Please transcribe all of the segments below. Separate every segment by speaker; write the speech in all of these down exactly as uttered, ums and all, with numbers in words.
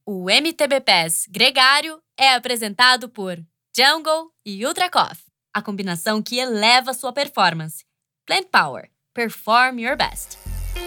Speaker 1: O M T B Pass Gregário é apresentado por Jungle e Ultra Coffee, a combinação que eleva sua performance. Plant Power. Perform your best.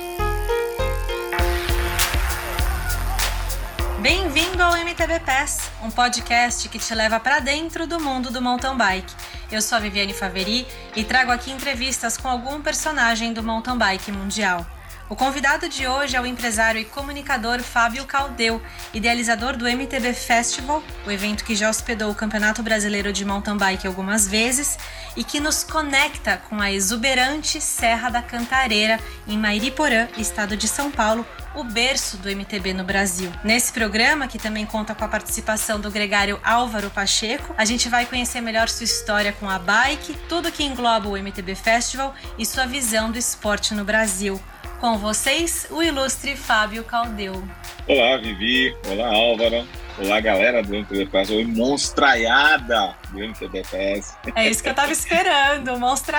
Speaker 1: Bem-vindo ao M T B Pass, um podcast que te leva para dentro do mundo do mountain bike. Eu sou a Viviane Faveri e trago aqui entrevistas com algum personagem do mountain bike mundial. O convidado de hoje é o empresário e comunicador Fábio Caldeu, idealizador do M T B Festival, o evento que já hospedou o Campeonato Brasileiro de Mountain Bike algumas vezes e que nos conecta com a exuberante Serra da Cantareira, em Mariporã, estado de São Paulo, o berço do M T B no Brasil. Nesse programa, que também conta com a participação do gregário Álvaro Pacheco, a gente vai conhecer melhor sua história com a bike, tudo que engloba o M T B Festival e sua visão do esporte no Brasil. Com vocês, o ilustre Fábio Caldeu.
Speaker 2: Olá, Vivi. Olá, Álvaro. Olá, galera do M T B Pass. Oi, monstraiada do M T B Pass.
Speaker 1: É isso que eu tava esperando,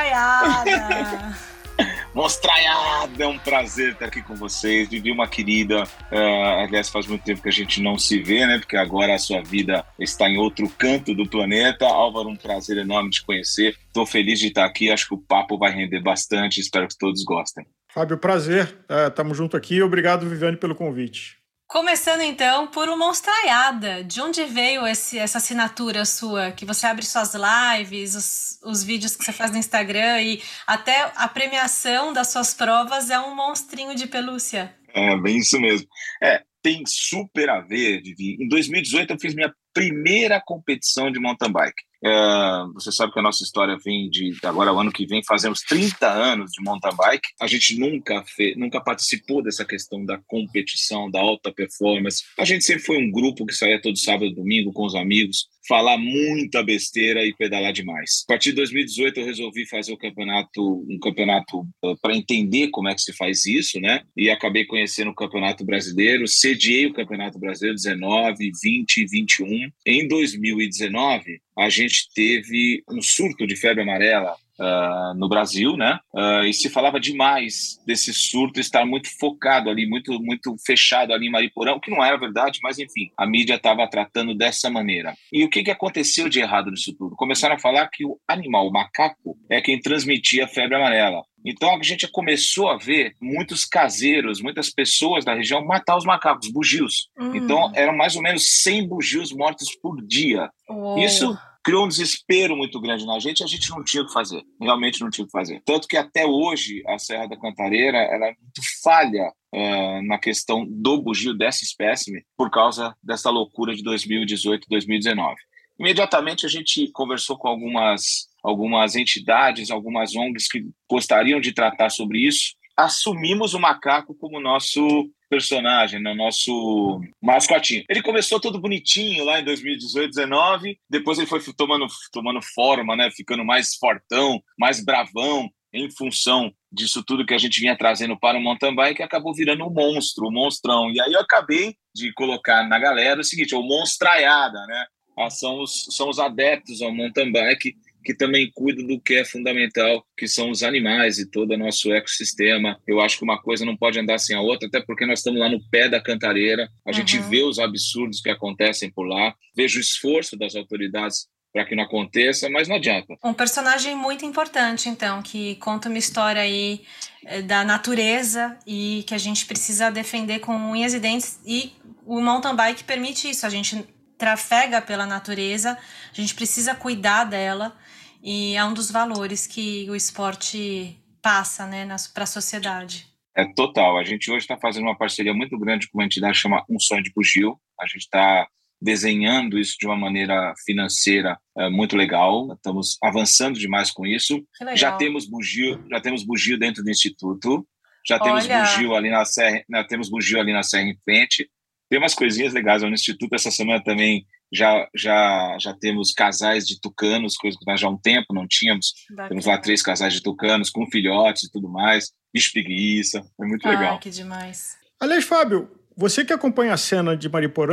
Speaker 1: monstraiada.
Speaker 2: Monstraiada, é um prazer estar aqui com vocês. Vivi, uma querida, uh, aliás, faz muito tempo que a gente não se vê, né? Porque agora a sua vida está em outro canto do planeta. Álvaro, um prazer enorme te conhecer. Estou feliz de estar aqui, acho que o papo vai render bastante, espero que todos gostem.
Speaker 3: Fábio, prazer, estamos juntos aqui. Obrigado, Viviane, pelo convite.
Speaker 1: Começando então por uma monstraiada. De onde veio esse, essa assinatura sua? Que você abre suas lives, os, os vídeos que você faz no Instagram e até a premiação das suas provas é um monstrinho de pelúcia.
Speaker 2: É, bem isso mesmo. É, tem super a ver, Vivi. Em dois mil e dezoito eu fiz minha primeira competição de mountain bike. É, você sabe que a nossa história vem de, agora o ano que vem, fazemos trinta anos de mountain bike. A gente nunca, fez, nunca participou dessa questão da competição, da alta performance. A gente sempre foi um grupo que saía todo sábado e domingo com os amigos, falar muita besteira e pedalar demais. A partir de dois mil e dezoito eu resolvi fazer o campeonato, um campeonato uh, para entender como é que se faz isso, né? E acabei conhecendo o Campeonato Brasileiro, sediei o Campeonato Brasileiro dezenove, vinte e vinte e um. Em dois mil e dezenove, a gente teve um surto de febre amarela uh, no Brasil, né? Uh, e se falava demais desse surto estar muito focado ali, muito, muito fechado ali em Mariporã, o que não era verdade, mas enfim, a mídia estava tratando dessa maneira. E o que, que aconteceu de errado nisso tudo? Começaram a falar que o animal, o macaco, é quem transmitia a febre amarela. Então a gente começou a ver muitos caseiros, muitas pessoas da região matar os macacos, bugios. Hum. Então eram mais ou menos cem bugios mortos por dia. Oh. Isso criou um desespero muito grande na gente e a gente não tinha o que fazer. Realmente não tinha o que fazer. Tanto que até hoje a Serra da Cantareira ela é muito falha uh, na questão do bugio dessa espécime por causa dessa loucura de dois mil e dezoito, dois mil e dezenove. Imediatamente a gente conversou com algumas, algumas entidades, algumas O N Gs que gostariam de tratar sobre isso. Assumimos o macaco como nosso personagem, né? Nosso mascotinho. Ele começou todo bonitinho lá em dois mil e dezoito, dezenove, depois ele foi tomando, tomando forma, né? Ficando mais fortão, mais bravão, em função disso tudo que a gente vinha trazendo para o mountain bike, acabou virando um monstro, um monstrão. E aí eu acabei de colocar na galera o seguinte, o monstraiada, né? Ah, são, os, são os adeptos ao mountain bike que também cuidam do que é fundamental, que são os animais e todo o nosso ecossistema. Eu acho que uma coisa não pode andar sem a outra, até porque nós estamos lá no pé da Cantareira, a uhum. gente vê os absurdos que acontecem por lá, vejo o esforço das autoridades para que não aconteça, mas não adianta.
Speaker 1: Um personagem muito importante, então, que conta uma história aí da natureza e que a gente precisa defender com unhas e dentes, e o mountain bike permite isso, a gente trafega pela natureza, a gente precisa cuidar dela e é um dos valores que o esporte passa, né, para a sociedade.
Speaker 2: É total. A gente hoje está fazendo uma parceria muito grande com uma entidade que chama Um Sonho de Bugio. A gente está desenhando isso de uma maneira financeira é, muito legal. Estamos avançando demais com isso. Já temos bugio, já temos bugio dentro do Instituto. Já temos Olha. bugio ali na Serra, né, temos bugio ali na Serra em frente. Tem umas coisinhas legais no Instituto. Essa semana também já, já, já temos casais de tucanos, coisa que nós já há um tempo não tínhamos. Bacana. Temos lá três casais de tucanos com filhotes e tudo mais. Bicho preguiça. É muito
Speaker 1: Ai,
Speaker 2: legal.
Speaker 1: Que demais.
Speaker 3: Aliás, Fábio, você que acompanha a cena de Mariporã,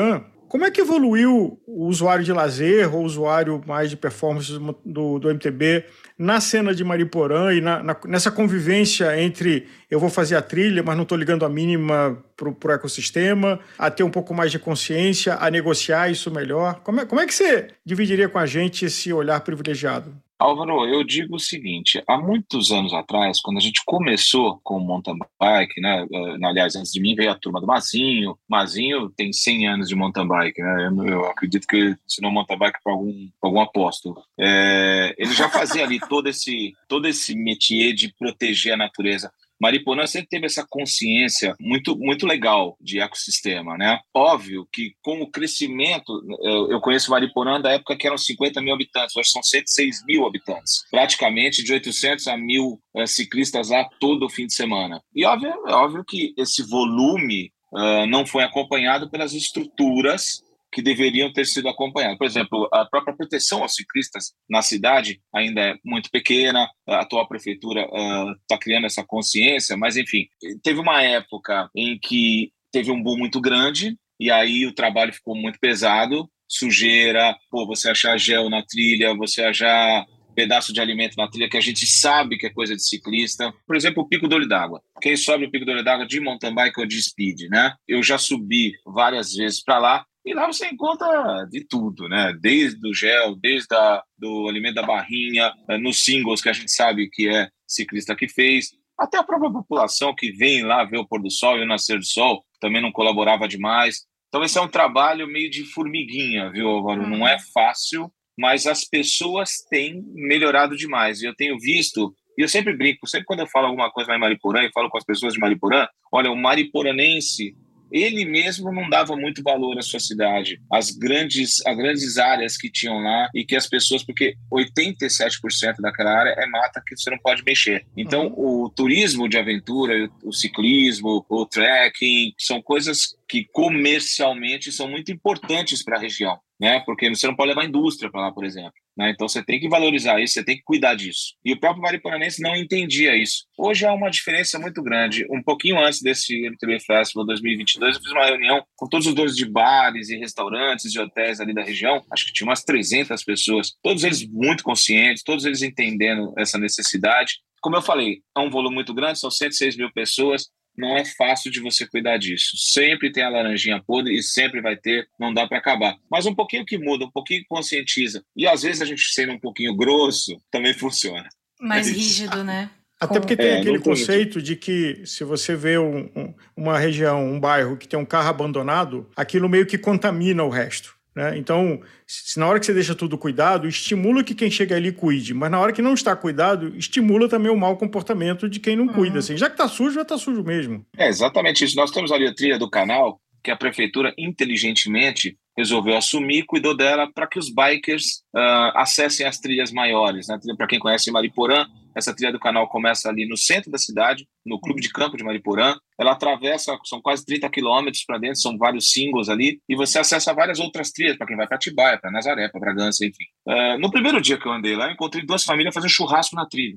Speaker 3: como é que evoluiu o usuário de lazer ou o usuário mais de performance do, do M T B na cena de Mariporã e na, na, nessa convivência entre eu vou fazer a trilha, mas não estou ligando a mínima para o ecossistema, a ter um pouco mais de consciência, a negociar isso melhor? Como é, como é que você dividiria com a gente esse olhar privilegiado?
Speaker 2: Álvaro, eu digo o seguinte, há muitos anos atrás, quando a gente começou com o mountain bike, né, aliás, antes de mim veio a turma do Mazinho, Mazinho tem cem anos de mountain bike, né, eu, eu acredito que ele ensinou mountain bike para algum, algum apóstolo. É, ele já fazia ali todo esse, todo esse métier de proteger a natureza. Mariporã sempre teve essa consciência muito, muito legal de ecossistema, né? Óbvio que com o crescimento, eu conheço Mariporã da época que eram cinquenta mil habitantes, hoje são cento e seis mil habitantes, praticamente de oitocentos a mil uh, ciclistas lá todo fim de semana. E óbvio, é óbvio que esse volume uh, não foi acompanhado pelas estruturas que deveriam ter sido acompanhados. Por exemplo, a própria proteção aos ciclistas na cidade ainda é muito pequena, a atual prefeitura está uh, criando essa consciência, mas, enfim, teve uma época em que teve um boom muito grande e aí o trabalho ficou muito pesado, sujeira, pô, você achar gel na trilha, você achar pedaço de alimento na trilha que a gente sabe que é coisa de ciclista. Por exemplo, o Pico do Olho d'Água. Quem sobe o Pico do Olho d'Água de mountain bike ou de speed, né? Eu já subi várias vezes para lá, e lá você encontra de tudo, né? Desde o gel, desde a, do alimento da barrinha, nos singles que a gente sabe que é ciclista que fez, até a própria população que vem lá ver o pôr do sol e o nascer do sol também não colaborava demais. Então esse é um trabalho meio de formiguinha, viu, Álvaro? Não é fácil, mas as pessoas têm melhorado demais. E eu tenho visto, e eu sempre brinco, sempre quando eu falo alguma coisa lá em Mariporã e falo com as pessoas de Mariporã, olha, o mariporanense, ele mesmo não dava muito valor à sua cidade, as grandes, as grandes áreas que tinham lá e que as pessoas, porque oitenta e sete por cento daquela área é mata que você não pode mexer. Então, uhum. o turismo de aventura, o ciclismo, o trekking, são coisas que comercialmente são muito importantes para a região, né? Porque você não pode levar indústria para lá, por exemplo. Né? Então você tem que valorizar isso, você tem que cuidar disso. E o próprio mariporanense não entendia isso. Hoje há uma diferença muito grande. Um pouquinho antes desse M T B Festival dois mil e vinte e dois, eu fiz uma reunião com todos os donos de bares e restaurantes e hotéis ali da região. Acho que tinha umas trezentas pessoas. Todos eles muito conscientes, todos eles entendendo essa necessidade. Como eu falei, é um volume muito grande, são cento e seis mil pessoas. Não é fácil de você cuidar disso. Sempre tem a laranjinha podre e sempre vai ter, não dá para acabar. Mas um pouquinho que muda, um pouquinho que conscientiza. E às vezes a gente sendo um pouquinho grosso, também funciona.
Speaker 1: Mais
Speaker 2: é
Speaker 1: rígido, né?
Speaker 3: Até porque tem
Speaker 2: é,
Speaker 3: aquele conceito de que se você vê um, um, uma região, um bairro que tem um carro abandonado, aquilo meio que contamina o resto. Né? Então, se na hora que você deixa tudo cuidado, estimula que quem chega ali cuide, mas na hora que não está cuidado, estimula também o mau comportamento de quem não uhum. cuida. Assim. Já que está sujo, já está sujo mesmo.
Speaker 2: É exatamente isso. Nós temos ali a trilha do canal, que a prefeitura inteligentemente resolveu assumir e cuidou dela para que os bikers uh, acessem as trilhas maiores. Né? Para quem conhece Mariporã, essa trilha do canal começa ali no centro da cidade, no Clube de Campo de Mariporã. Ela atravessa, são quase trinta quilômetros para dentro, são vários singles ali, e você acessa várias outras trilhas, para quem vai para Atibaia, para Nazaré, para Bragança, enfim. Uh, no primeiro dia que eu andei lá, eu encontrei duas famílias fazendo churrasco na trilha.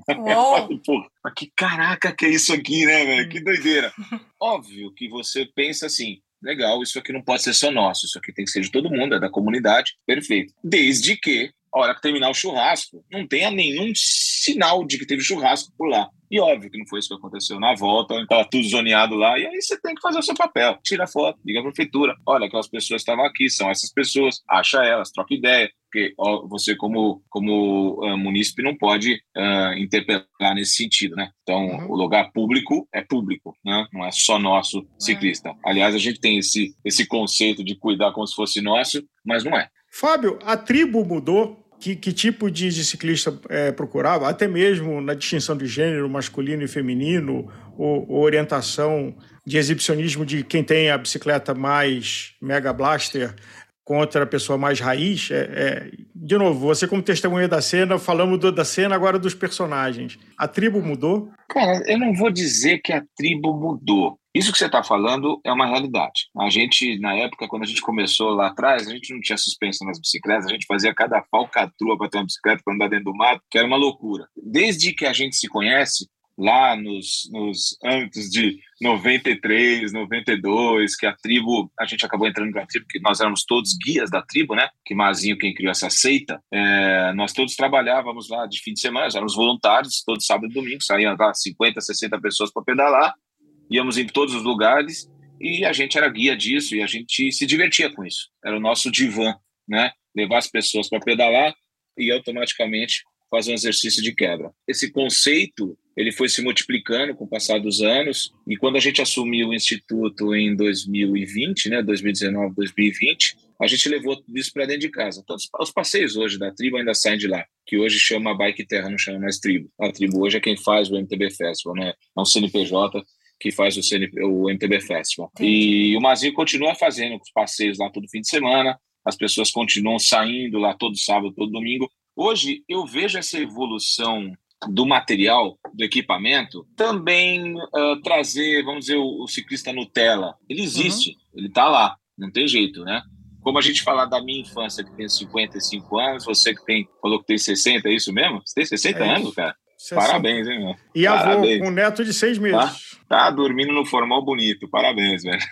Speaker 2: Pô, que caraca que é isso aqui, né, velho? Que doideira. Óbvio que você pensa assim, legal, isso aqui não pode ser só nosso, isso aqui tem que ser de todo mundo, é da comunidade, perfeito. Desde que, a hora que terminar o churrasco, não tenha nenhum sinal de que teve churrasco por lá. E óbvio que não foi isso que aconteceu na volta, estava tudo zoneado lá, e aí você tem que fazer o seu papel. Tira a foto, liga a prefeitura, olha, aquelas pessoas estavam aqui, são essas pessoas, acha elas, troca ideia, porque ó, você como, como uh, munícipe não pode uh, interpelar nesse sentido, né? Então, uhum. o lugar público é público, né? Não é só nosso ciclista. Aliás, a gente tem esse, esse conceito de cuidar como se fosse nosso, mas não é.
Speaker 3: Fábio, a tribo mudou? Que, que tipo de, de ciclista é, procurava? Até mesmo na distinção de gênero masculino e feminino, ou, ou orientação de exibicionismo de quem tem a bicicleta mais Mega Blaster contra a pessoa mais raiz. É, é, de novo, você como testemunha da cena, falamos do, da cena, agora dos personagens. A tribo mudou?
Speaker 2: Cara, eu não vou dizer que a tribo mudou. Isso que você está falando é uma realidade. A gente, na época, quando a gente começou lá atrás, a gente não tinha suspensão nas bicicletas, a gente fazia cada falcatrua para ter uma bicicleta para andar dentro do mato, que era uma loucura. Desde que a gente se conhece, lá nos, nos âmbitos de noventa e três, noventa e dois, que a tribo, a gente acabou entrando na tribo, porque nós éramos todos guias da tribo, né? Que Mazinho, quem criou essa seita, é, nós todos trabalhávamos lá de fim de semana, éramos voluntários, todo sábado e domingo, saíam lá cinquenta, sessenta pessoas para pedalar, íamos em todos os lugares e a gente era guia disso e a gente se divertia com isso. Era o nosso divã, né? Levar as pessoas para pedalar e automaticamente fazer um exercício de quebra. Esse conceito, ele foi se multiplicando com o passar dos anos, e quando a gente assumiu o Instituto em dois mil e vinte, né, dois mil e dezenove, dois mil e vinte, a gente levou tudo isso para dentro de casa. Todos os passeios hoje da tribo ainda saem de lá, que hoje chama Bike Terra, não chama mais tribo. A tribo hoje é quem faz o M T B Festival, né? É um C N P J que faz o, C N P, o M T B Festival. Sim. E o Mazinho continua fazendo os passeios lá todo fim de semana, as pessoas continuam saindo lá todo sábado, todo domingo. Hoje, eu vejo essa evolução do material, do equipamento, também uh, trazer, vamos dizer, o, o ciclista Nutella. Ele existe, uhum. Ele está lá, não tem jeito, né? Como a gente falar da minha infância, que tem cinquenta e cinco anos, você que tem, falou que tem sessenta, é isso mesmo? Você tem sessenta é anos, cara? sessenta. Parabéns, hein, meu?
Speaker 3: E
Speaker 2: Parabéns.
Speaker 3: Avô com um neto de seis meses.
Speaker 2: Tá, tá dormindo no formal bonito. Parabéns, velho.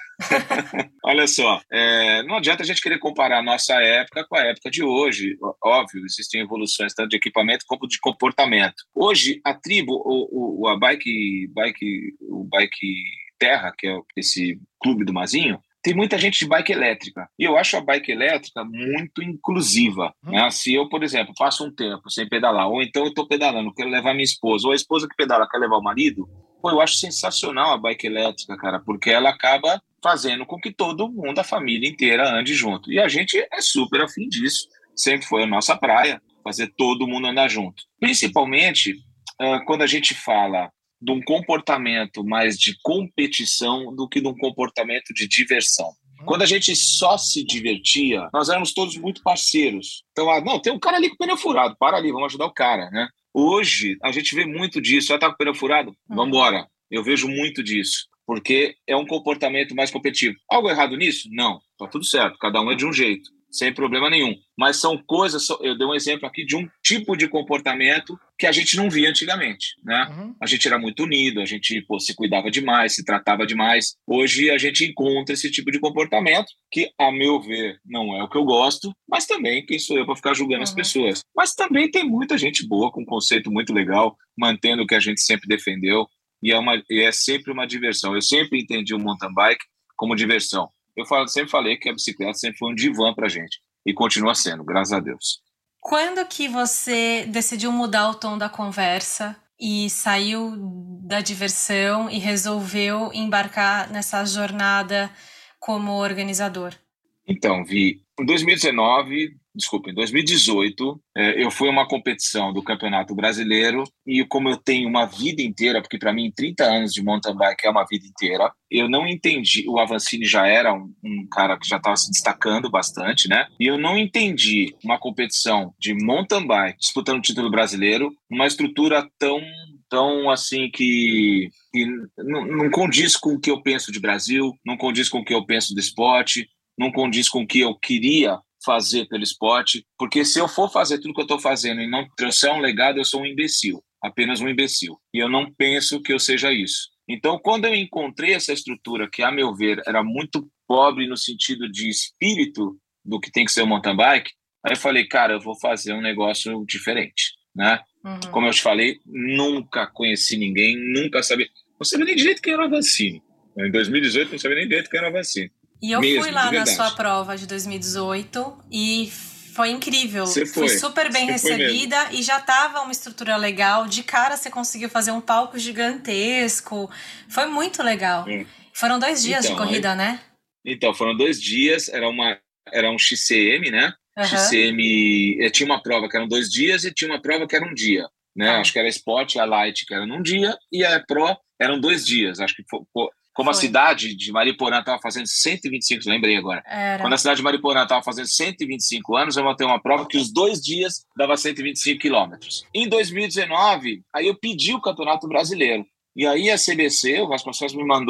Speaker 2: Olha só, é, não adianta a gente querer comparar a nossa época com a época de hoje. Óbvio, existem evoluções tanto de equipamento como de comportamento. Hoje, a tribo, o, o, a bike, bike, o Bike Terra, que é esse clube do Mazinho, tem muita gente de bike elétrica. E eu acho a bike elétrica muito inclusiva. Hum. Né? Se eu, por exemplo, passo um tempo sem pedalar, ou então eu estou pedalando, quero levar minha esposa, ou a esposa que pedala quer levar o marido, pô, eu acho sensacional a bike elétrica, cara, porque ela acaba fazendo com que todo mundo, a família inteira, ande junto. E a gente é super afim disso. Sempre foi a nossa praia, fazer todo mundo andar junto. Principalmente uh, quando a gente fala de um comportamento mais de competição do que de um comportamento de diversão. Quando a gente só se divertia, nós éramos todos muito parceiros. Então, ah, não, tem um cara ali com o pneu furado, para ali, vamos ajudar o cara, né? Hoje, a gente vê muito disso. Ah, tá com o pneu furado? Vamos embora. Eu vejo muito disso, porque é um comportamento mais competitivo. Algo errado nisso? Não, tá tudo certo, cada um é de um jeito, sem problema nenhum. Mas são coisas, eu dei um exemplo aqui de um tipo de comportamento que a gente não via antigamente, né? Uhum. A gente era muito unido, a gente pô, se cuidava demais, se tratava demais. Hoje a gente encontra esse tipo de comportamento que, a meu ver, não é o que eu gosto, mas também quem sou eu para ficar julgando uhum. as pessoas. Mas também tem muita gente boa, com um conceito muito legal, mantendo o que a gente sempre defendeu, e é, uma, e é sempre uma diversão. Eu sempre entendi o mountain bike como diversão. Eu falo, sempre falei que a bicicleta sempre foi um divã pra gente. E continua sendo, graças a Deus.
Speaker 1: Quando que você decidiu mudar o tom da conversa e saiu da diversão e resolveu embarcar nessa jornada como organizador?
Speaker 2: Então, Vi, em dois mil e dezenove, desculpa, em dois mil e dezoito, é, eu fui a uma competição do Campeonato Brasileiro e como eu tenho uma vida inteira, porque para mim trinta anos de mountain bike é uma vida inteira, eu não entendi, o Avancini já era um, um cara que já estava se destacando bastante, né? E eu não entendi uma competição de mountain bike disputando o título brasileiro, uma estrutura tão, tão assim que, que não, não condiz com o que eu penso de Brasil, não condiz com o que eu penso do esporte, não condiz com o que eu queria fazer pelo esporte, porque se eu for fazer tudo que eu estou fazendo e não trouxer um legado, eu sou um imbecil, apenas um imbecil. E eu não penso que eu seja isso. Então, quando eu encontrei essa estrutura, que a meu ver era muito pobre no sentido de espírito do que tem que ser o mountain bike, aí eu falei, cara, eu vou fazer um negócio diferente, né? Uhum. Como eu te falei, nunca conheci ninguém, nunca sabia, não sabia nem direito quem era o Avancini. Em dois mil e dezoito, não sabia nem direito quem era o Avancini.
Speaker 1: E eu
Speaker 2: Mesmo,
Speaker 1: fui lá na sua prova de dois mil e dezoito e foi incrível.
Speaker 2: Você foi.
Speaker 1: Fui super bem você recebida e já tava uma estrutura legal. De cara você conseguiu fazer um palco gigantesco. Foi muito legal. Hum. Foram dois dias então, de corrida, aí, né?
Speaker 2: Então, foram dois dias. Era, uma, era um X C M, né? Uhum. X C M... Tinha uma prova que eram dois dias e tinha uma prova que era um dia. Né? Ah. Acho que era Sport, a Light, que era num dia, e a Pro eram dois dias. Acho que foi... Como Foi. A cidade de Mariporã estava fazendo cento e vinte e cinco, lembrei agora. Era. Quando a cidade de Mariporã estava fazendo cento e vinte e cinco anos, eu montei uma prova que os dois dias dava cento e vinte e cinco quilômetros. Em dois mil e dezenove, aí eu pedi o Campeonato Brasileiro. E aí a C B C, o Vasconcelos me mandou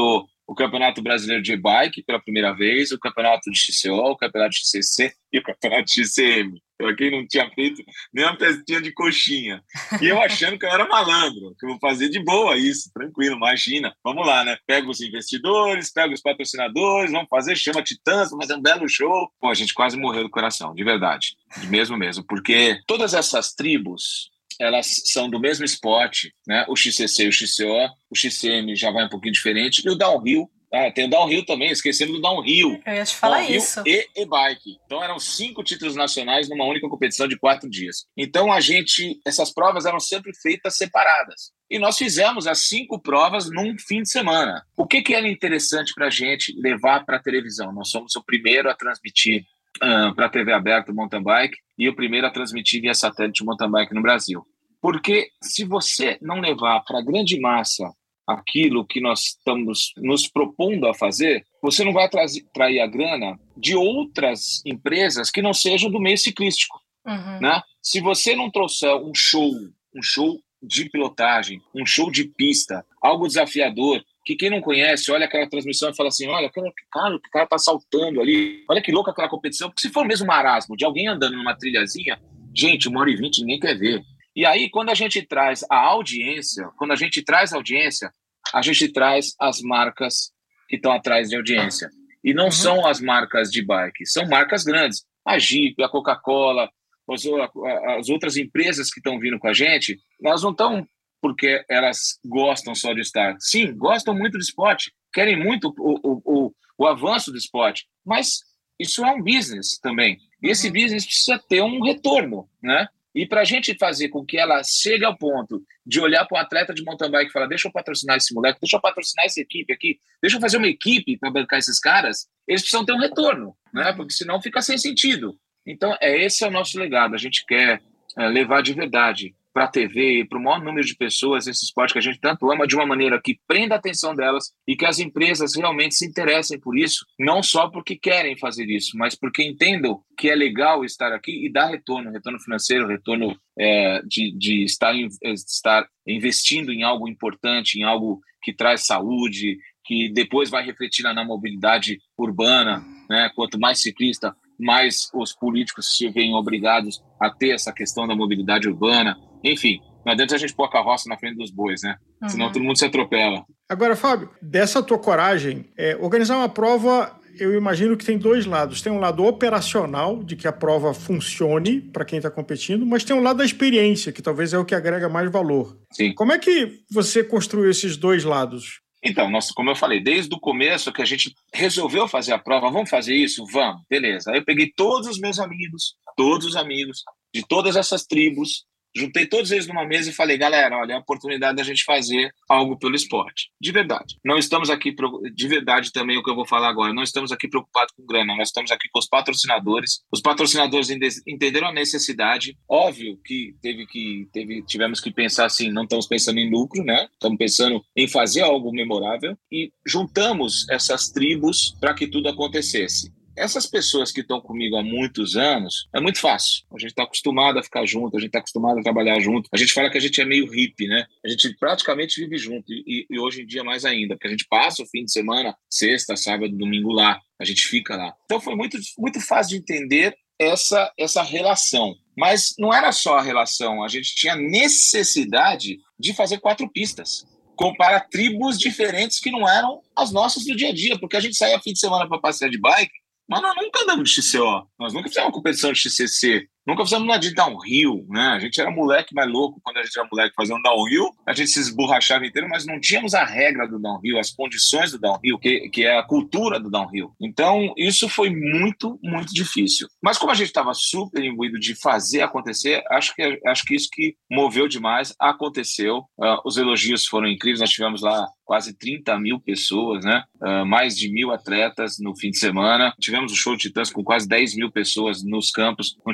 Speaker 2: o Campeonato Brasileiro de Bike pela primeira vez, o Campeonato de X C O, o Campeonato de X C C e o Campeonato de X C M. Para quem não tinha feito nem uma festinha de coxinha. E eu achando que eu era malandro, que eu vou fazer de boa isso, tranquilo, imagina. Vamos lá, né? Pega os investidores, pega os patrocinadores, vamos fazer, chama Titãs, vamos fazer um belo show. Pô, a gente quase morreu do coração, de verdade. De mesmo mesmo, porque todas essas tribos, elas são do mesmo esporte, né? O X C C e o X C O, o X C M já vai um pouquinho diferente, e o downhill. Ah, tem o downhill também, esquecendo do downhill.
Speaker 1: Eu ia te falar
Speaker 2: downhill
Speaker 1: isso.
Speaker 2: E e-bike. Então eram cinco títulos nacionais numa única competição de quatro dias. Então a gente, essas provas eram sempre feitas separadas. E nós fizemos as cinco provas num fim de semana. O que, que era interessante para a gente levar para a televisão? Nós somos o primeiro a transmitir uh, para a T V aberta o mountain bike e o primeiro a transmitir via satélite o mountain bike no Brasil. Porque se você não levar para a grande massa aquilo que nós estamos nos propondo a fazer, você não vai atrair a grana de outras empresas que não sejam do meio ciclístico.
Speaker 1: Uhum.
Speaker 2: Né? Se você não trouxer um show, um show de pilotagem, um show de pista, algo desafiador, que quem não conhece, olha aquela transmissão e fala assim, olha, cara, o cara tá saltando ali, olha que louca aquela competição, porque se for mesmo marasmo de alguém andando numa trilhazinha, gente, uma hora e vinte ninguém quer ver. E aí, quando a gente traz a audiência, quando a gente traz a audiência, a gente traz as marcas que estão atrás de audiência. E não uhum. são as marcas de bike, são marcas grandes. A Jeep, a Coca-Cola, as, as outras empresas que estão vindo com a gente, elas não estão porque elas gostam só de estar. Sim, gostam muito do esporte, querem muito o, o, o, o avanço do esporte, mas isso é um business também. E esse uhum. business precisa ter um retorno, né? E para a gente fazer com que ela chegue ao ponto de olhar para um atleta de mountain bike e falar, deixa eu patrocinar esse moleque, deixa eu patrocinar essa equipe aqui, deixa eu fazer uma equipe para bancar esses caras, eles precisam ter um retorno, né? Porque senão fica sem sentido. Então, é, esse é o nosso legado. A gente quer é, levar de verdade para a T V e para o maior número de pessoas esse esporte que a gente tanto ama de uma maneira que prenda a atenção delas e que as empresas realmente se interessem por isso, não só porque querem fazer isso, mas porque entendam que é legal estar aqui e dar retorno, retorno financeiro, retorno é, de, de estar, estar investindo em algo importante, em algo que traz saúde, que depois vai refletir na, na mobilidade urbana, né? Quanto mais ciclista, mais os políticos se veem obrigados a ter essa questão da mobilidade urbana. Enfim, não adianta a gente pôr a carroça na frente dos bois, né? Uhum. Senão todo mundo se atropela.
Speaker 3: Agora, Fábio, dessa tua coragem, é, organizar uma prova, eu imagino que tem dois lados. Tem um lado operacional, de que a prova funcione para quem está competindo, mas tem um lado da experiência, que talvez é o que agrega mais valor.
Speaker 2: Sim.
Speaker 3: Como é que você construiu esses dois lados?
Speaker 2: Então, nossa, como eu falei, desde o começo que a gente resolveu fazer a prova, vamos fazer isso? Vamos, beleza. Aí eu peguei todos os meus amigos, todos os amigos de todas essas tribos, juntei todos eles numa mesa e falei, galera, olha, é a oportunidade da gente fazer algo pelo esporte. De verdade. Não estamos aqui, de verdade também o que eu vou falar agora, não estamos aqui preocupados com grana, nós estamos aqui com os patrocinadores. Os patrocinadores entenderam a necessidade. Óbvio que, teve que teve, tivemos que pensar assim, não estamos pensando em lucro, né? Estamos pensando em fazer algo memorável e juntamos essas tribos para que tudo acontecesse. Essas pessoas que estão comigo há muitos anos, é muito fácil. A gente está acostumado a ficar junto, a gente está acostumado a trabalhar junto. A gente fala que a gente é meio hippie, né? A gente praticamente vive junto e, e hoje em dia mais ainda, porque a gente passa o fim de semana, sexta, sábado, domingo lá. A gente fica lá. Então foi muito, muito fácil de entender essa, essa relação. Mas não era só a relação, a gente tinha necessidade de fazer quatro pistas. Para tribos diferentes que não eram as nossas do dia a dia, porque a gente saía fim de semana para passear de bike, mas nós nunca andamos de X C O, nós nunca fizemos uma competição de X C C, nunca fizemos nada de downhill, né? A gente era moleque mais louco quando a gente era moleque fazendo downhill, a gente se esborrachava inteiro, mas não tínhamos a regra do downhill, as condições do downhill, que, que é a cultura do downhill. Então, isso foi muito, muito difícil. Mas como a gente estava super imbuído de fazer acontecer, acho que, acho que isso que moveu demais, aconteceu. Uh, os elogios foram incríveis, nós tivemos lá quase trinta mil pessoas, né? Uh, mais de mil atletas no fim de semana. Tivemos o show de Titãs com quase dez mil pessoas nos campos. Não tivemos sequer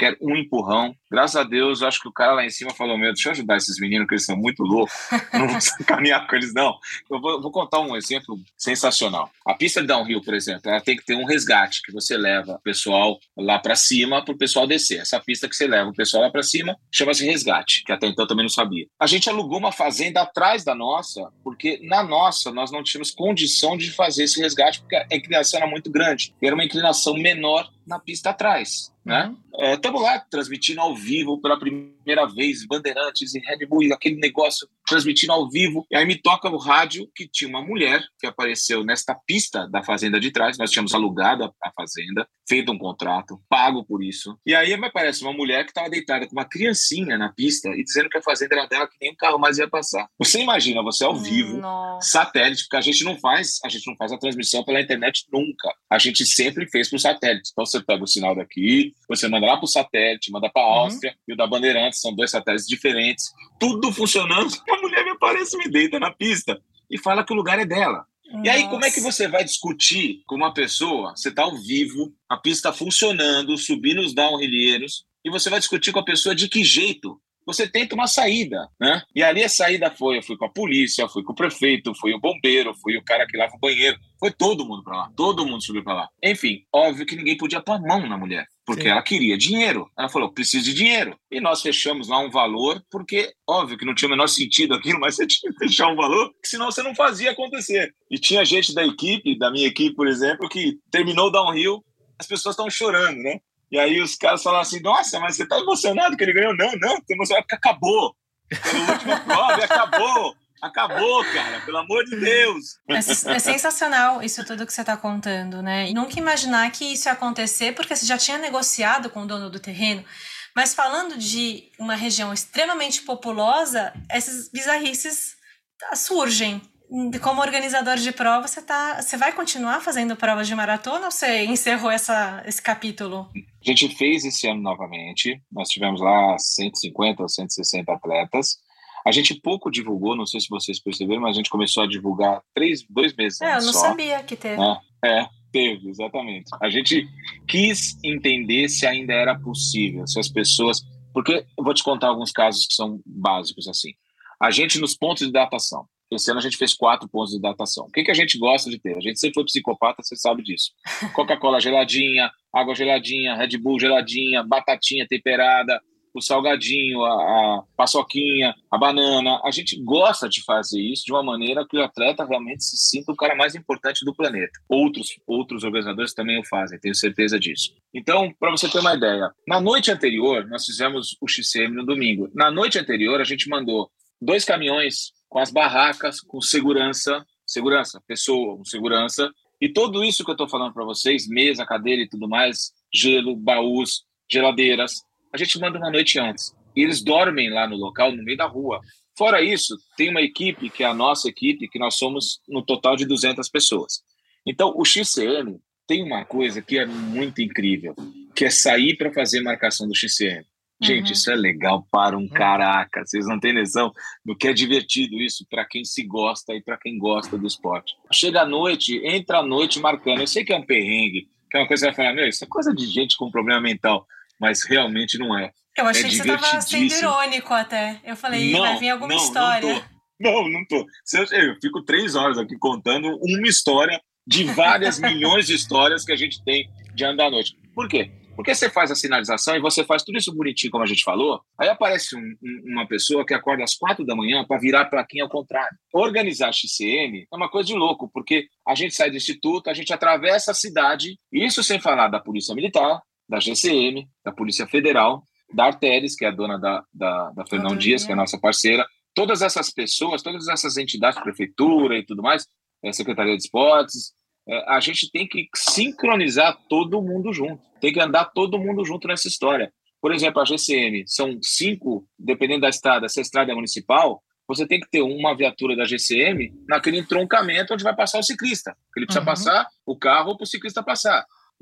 Speaker 2: requer um empurrão. Graças a Deus, acho que o cara lá em cima falou, meu, deixa eu ajudar esses meninos, que eles são muito loucos, não vou caminhar com eles, não. Eu vou, vou contar um exemplo sensacional. A pista de downhill, por exemplo, ela tem que ter um resgate, que você leva o pessoal lá para cima para o pessoal descer. Essa pista que você leva o pessoal lá para cima chama-se resgate, que até então eu também não sabia. A gente alugou uma fazenda atrás da nossa, porque na nossa nós não tínhamos condição de fazer esse resgate, porque a inclinação era muito grande. Era uma inclinação menor na pista atrás, né? Estamos uhum. é, lá transmitindo ao vivo pela primeira vez, Bandeirantes e Red Bull, aquele negócio transmitindo ao vivo. E aí me toca o rádio que tinha uma mulher que apareceu nesta pista da fazenda de trás. Nós tínhamos alugado a, a fazenda, feito um contrato, pago por isso. E aí me aparece uma mulher que estava deitada com uma criancinha na pista e dizendo que a fazenda era dela, que nem um carro mais ia passar. Você imagina, você ao vivo, Nossa. satélite, porque a gente não faz, a gente não faz a transmissão pela internet nunca. A gente sempre fez por satélite. Então você pega o sinal daqui, você manda lá para o satélite, manda para a Áustria, uhum. e o da Bandeirantes, são dois satélites diferentes, tudo funcionando. A mulher me aparece, me deita na pista e fala que o lugar é dela. Nossa. E aí, como é que você vai discutir com uma pessoa? Você está ao vivo, a pista funcionando, subindo os downhilleiros, e você vai discutir com a pessoa de que jeito? Você tenta uma saída, né? E ali a saída foi, eu fui com a polícia, fui com o prefeito, fui o bombeiro, fui o cara que lava o banheiro, foi todo mundo pra lá, todo mundo subiu pra lá. Enfim, óbvio que ninguém podia pôr a mão na mulher, porque Sim. ela queria dinheiro. Ela falou, preciso de dinheiro. E nós fechamos lá um valor, porque óbvio que não tinha o menor sentido aquilo, mas você tinha que fechar um valor, que senão você não fazia acontecer. E tinha gente da equipe, da minha equipe, por exemplo, que terminou o downhill, as pessoas estavam chorando, né? E aí os caras falaram assim, nossa, mas você tá emocionado que ele ganhou? Não, não, tô emocionado porque acabou. Foi a última prova e acabou. Acabou, cara, pelo amor de Deus.
Speaker 1: É, é sensacional isso tudo que você tá contando, né? E nunca imaginar que isso ia acontecer, porque você já tinha negociado com o dono do terreno. Mas falando de uma região extremamente populosa, essas bizarrices surgem. Como organizador de prova, você, tá, você vai continuar fazendo provas de maratona ou você encerrou essa, esse capítulo?
Speaker 2: A gente fez esse ano novamente. Nós tivemos lá cento e cinquenta ou cento e sessenta atletas. A gente pouco divulgou, não sei se vocês perceberam, mas a gente começou a divulgar três, dois meses
Speaker 1: é,
Speaker 2: antes
Speaker 1: eu não
Speaker 2: só.
Speaker 1: sabia que teve.
Speaker 2: É, é, teve, exatamente. A gente quis entender se ainda era possível, se as pessoas... Porque eu vou te contar alguns casos que são básicos, assim. A gente, nos pontos de datação, esse ano a gente fez quatro pontos de datação. O que, que a gente gosta de ter? A gente sempre foi psicopata, você sabe disso. Coca-Cola geladinha, água geladinha, Red Bull geladinha, batatinha temperada, o salgadinho, a, a paçoquinha, a banana. A gente gosta de fazer isso de uma maneira que o atleta realmente se sinta o cara mais importante do planeta. Outros, outros organizadores também o fazem, tenho certeza disso. Então, para você ter uma ideia, na noite anterior, nós fizemos o X C M no domingo. Na noite anterior, a gente mandou dois caminhões com as barracas, com segurança, segurança, pessoa, com segurança, e tudo isso que eu estou falando para vocês, mesa, cadeira e tudo mais, gelo, baús, geladeiras, a gente manda uma noite antes. E eles dormem lá no local, no meio da rua. Fora isso, tem uma equipe, que é a nossa equipe, que nós somos no total de duzentas pessoas. Então, o X C M tem uma coisa que é muito incrível, que é sair para fazer marcação do X C M. Gente, uhum. isso é legal para um caraca. Vocês não têm noção do que é divertido isso para quem se gosta e para quem gosta do esporte. Chega à noite, entra à noite marcando. Eu sei que é um perrengue, que é uma coisa que você vai falar, meu, isso é coisa de gente com problema mental, mas realmente não é.
Speaker 1: Eu achei
Speaker 2: é
Speaker 1: que você estava sendo irônico até. Eu falei,
Speaker 2: não,
Speaker 1: vai vir alguma
Speaker 2: não,
Speaker 1: história.
Speaker 2: Não, tô. não, não tô. Eu fico três horas aqui contando uma história de várias milhões de histórias que a gente tem de andar à noite. Por quê? Porque você faz a sinalização e você faz tudo isso bonitinho, como a gente falou, aí aparece um, um, uma pessoa que acorda às quatro da manhã para virar a plaquinha ao contrário. Organizar X C M é uma coisa de louco, porque a gente sai do instituto, a gente atravessa a cidade, isso sem falar da Polícia Militar, da G C M, da Polícia Federal, da Arteris, que é a dona da, da, da Fernão Dias, que é a nossa parceira. Todas essas pessoas, todas essas entidades, prefeitura e tudo mais, a Secretaria de Esportes, a gente tem que sincronizar todo mundo junto, tem que andar todo mundo junto nessa história. Por exemplo, a G C M, são cinco, dependendo da estrada, se a estrada é municipal, você tem que ter uma viatura da G C M naquele entroncamento onde vai passar o ciclista, ele precisa uhum. passar o carro para o ciclista passar.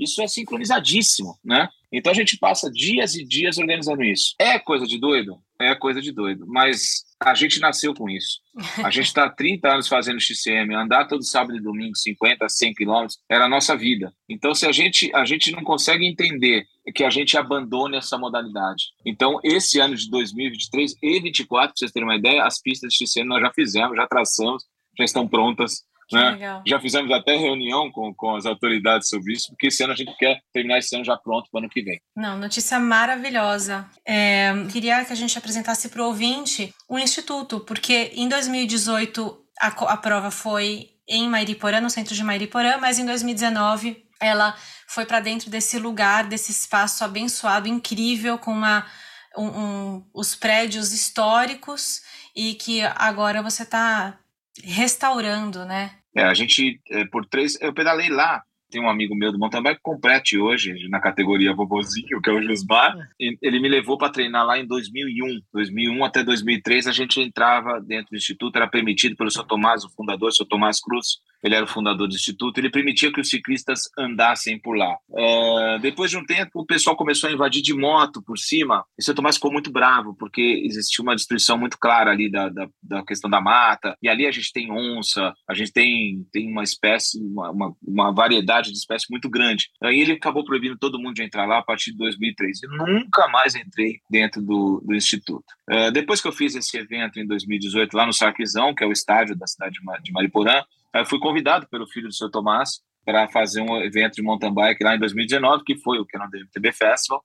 Speaker 2: Isso é sincronizadíssimo, né? Então a gente passa dias e dias organizando isso. É coisa de doido? É coisa de doido, mas a gente nasceu com isso. A gente está há trinta anos fazendo X C M, andar todo sábado e domingo, cinquenta, cem quilômetros, era a nossa vida. Então, se a gente, a gente não consegue entender que a gente abandone essa modalidade. Então, esse ano de dois mil e vinte e três e vinte e quatro, para vocês terem uma ideia, as pistas de X C M nós já fizemos, já traçamos, já estão prontas. Né? Já fizemos até reunião com, com as autoridades sobre isso, porque esse ano a gente quer terminar esse ano já pronto para o ano que vem.
Speaker 1: Não, notícia maravilhosa. É, queria que a gente apresentasse para o ouvinte o Instituto, porque em dois mil e dezoito a, a prova foi em Mariporã, no centro de Mariporã, mas em dois mil e dezenove ela foi para dentro desse lugar, desse espaço abençoado, incrível, com uma, um, um, os prédios históricos, e que agora você está restaurando, né?
Speaker 2: É, a gente, é, por três... Eu pedalei lá. Tem um amigo meu do mountain bike, complete hoje, na categoria vovozinho, que é o Jusmar. E ele me levou para treinar lá em dois mil e um. dois mil e um até dois mil e três, a gente entrava dentro do Instituto, era permitido pelo seu Tomás, o fundador, o seu Tomás Cruz. Ele era o fundador do Instituto, ele permitia que os ciclistas andassem por lá. É, depois de um tempo, o pessoal começou a invadir de moto por cima, e o seu Tomás ficou muito bravo, porque existia uma destruição muito clara ali da, da, da questão da mata, e ali a gente tem onça, a gente tem, tem uma espécie, uma, uma, uma variedade de espécies muito grande. Aí ele acabou proibindo todo mundo de entrar lá a partir de dois mil e três. Eu nunca mais entrei dentro do, do Instituto. É, depois que eu fiz esse evento em dois mil e dezoito, lá no Sarquizão, que é o estádio da cidade de Mariporã, eu fui convidado pelo filho do seu Tomás para fazer um evento de mountain bike lá em dois mil e dezenove, que foi o Canadá M T B Festival,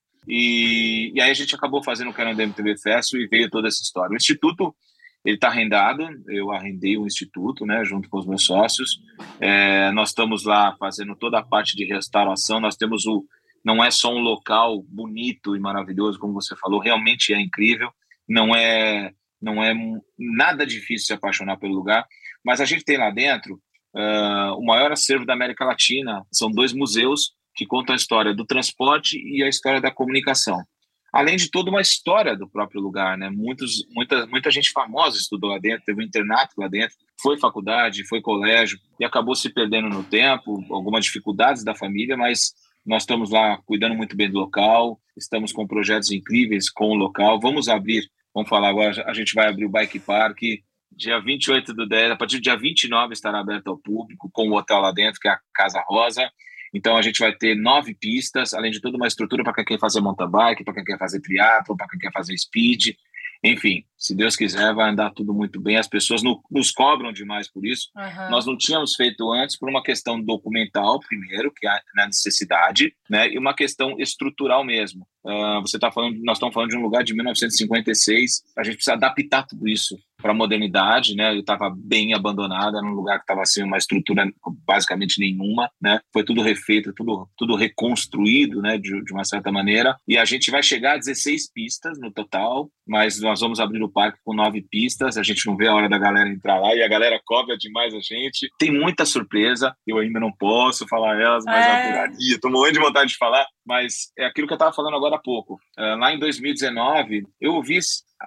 Speaker 2: e, e aí a gente acabou fazendo o Canadá M T B Festival e veio toda essa história. O Instituto, ele está arrendado, eu arrendei o Instituto, né, junto com os meus sócios, é, nós estamos lá fazendo toda a parte de restauração, nós temos o, não é só um local bonito e maravilhoso, como você falou, realmente é incrível, não é, não é nada difícil se apaixonar pelo lugar, mas a gente tem lá dentro uh, o maior acervo da América Latina. São dois museus que contam a história do transporte e a história da comunicação. Além de toda uma história do próprio lugar, né? Muitos, muita, muita gente famosa estudou lá dentro, teve um internato lá dentro, foi faculdade, foi colégio e acabou se perdendo no tempo, algumas dificuldades da família, mas nós estamos lá cuidando muito bem do local, estamos com projetos incríveis com o local. Vamos abrir, vamos falar agora, a gente vai abrir o Bike Park, dia vinte e oito do dez, a partir do dia vinte e nove estará aberto ao público, com o hotel lá dentro, que é a Casa Rosa. Então a gente vai ter nove pistas, além de toda uma estrutura para quem quer fazer mountain bike, para quem quer fazer triatlo, para quem quer fazer speed. Enfim, se Deus quiser, vai andar tudo muito bem. As pessoas no, nos cobram demais por isso. Uhum. Nós não tínhamos feito antes por uma questão documental, primeiro, que é a necessidade, né, e uma questão estrutural mesmo. Uh, você tá falando, nós estamos falando de um lugar de mil novecentos e cinquenta e seis, a gente precisa adaptar tudo isso para a modernidade, né? Eu estava bem abandonado, era um lugar que estava sem uma estrutura basicamente nenhuma, né? Foi tudo refeito, tudo, tudo reconstruído, né? De, de uma certa maneira. E a gente vai chegar a dezesseis pistas no total, mas nós vamos abrir o parque com nove pistas. A gente não vê a hora da galera entrar lá e a galera cobra demais a gente. Tem muita surpresa, eu ainda não posso falar elas, mas é. eu adoraria, estou morrendo de vontade de falar, mas é aquilo que eu estava falando agora há pouco. Uh, lá em dois mil e dezenove, eu ouvi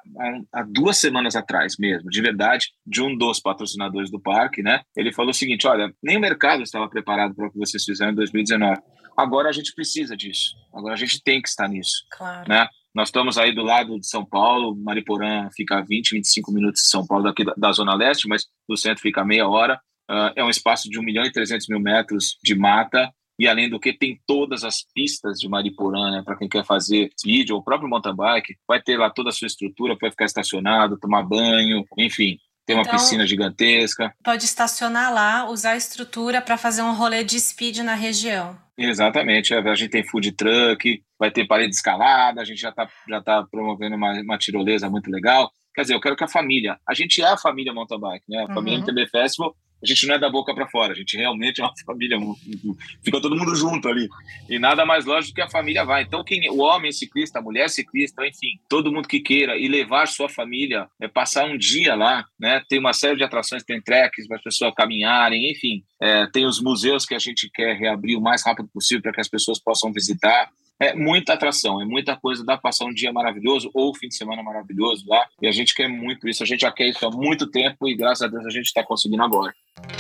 Speaker 2: há duas semanas atrás mesmo, de verdade, de um dos patrocinadores do parque, né? Ele falou o seguinte: olha, nem o mercado estava preparado para o que vocês fizeram em dois mil e dezenove. Agora a gente precisa disso. Agora a gente tem que estar nisso. Claro. Né? Nós estamos aí do lado de São Paulo, Mariporã fica a vinte, vinte e cinco minutos de São Paulo, daqui da, da Zona Leste, mas do centro fica meia hora. Uh, é um espaço de um milhão e trezentos mil metros de mata. E além do que, tem todas as pistas de Mariporã, né, para quem quer fazer speed ou o próprio mountain bike, vai ter lá toda a sua estrutura, vai ficar estacionado, tomar banho, enfim, tem uma então, piscina gigantesca.
Speaker 1: Pode estacionar lá, usar a estrutura para fazer um rolê de speed na região.
Speaker 2: Exatamente, a gente tem food truck, vai ter parede escalada, a gente já está já tá promovendo uma, uma tirolesa muito legal. Quer dizer, eu quero que a família, a gente é a família mountain bike, né? A uhum. família M T B Festival, a gente não é da boca para fora, a gente realmente é uma família, fica todo mundo junto ali. E nada mais lógico que a família vai. Então, quem, o homem ciclista, a mulher ciclista, enfim, todo mundo que queira e levar sua família, é passar um dia lá, né? Tem uma série de atrações, tem treques para as pessoas caminharem, enfim. É, tem os museus que a gente quer reabrir o mais rápido possível para que as pessoas possam visitar. É muita atração, é muita coisa, dá para passar um dia maravilhoso ou fim de semana maravilhoso lá, e a gente quer muito isso, a gente já quer isso há muito tempo e graças a Deus a gente está conseguindo agora.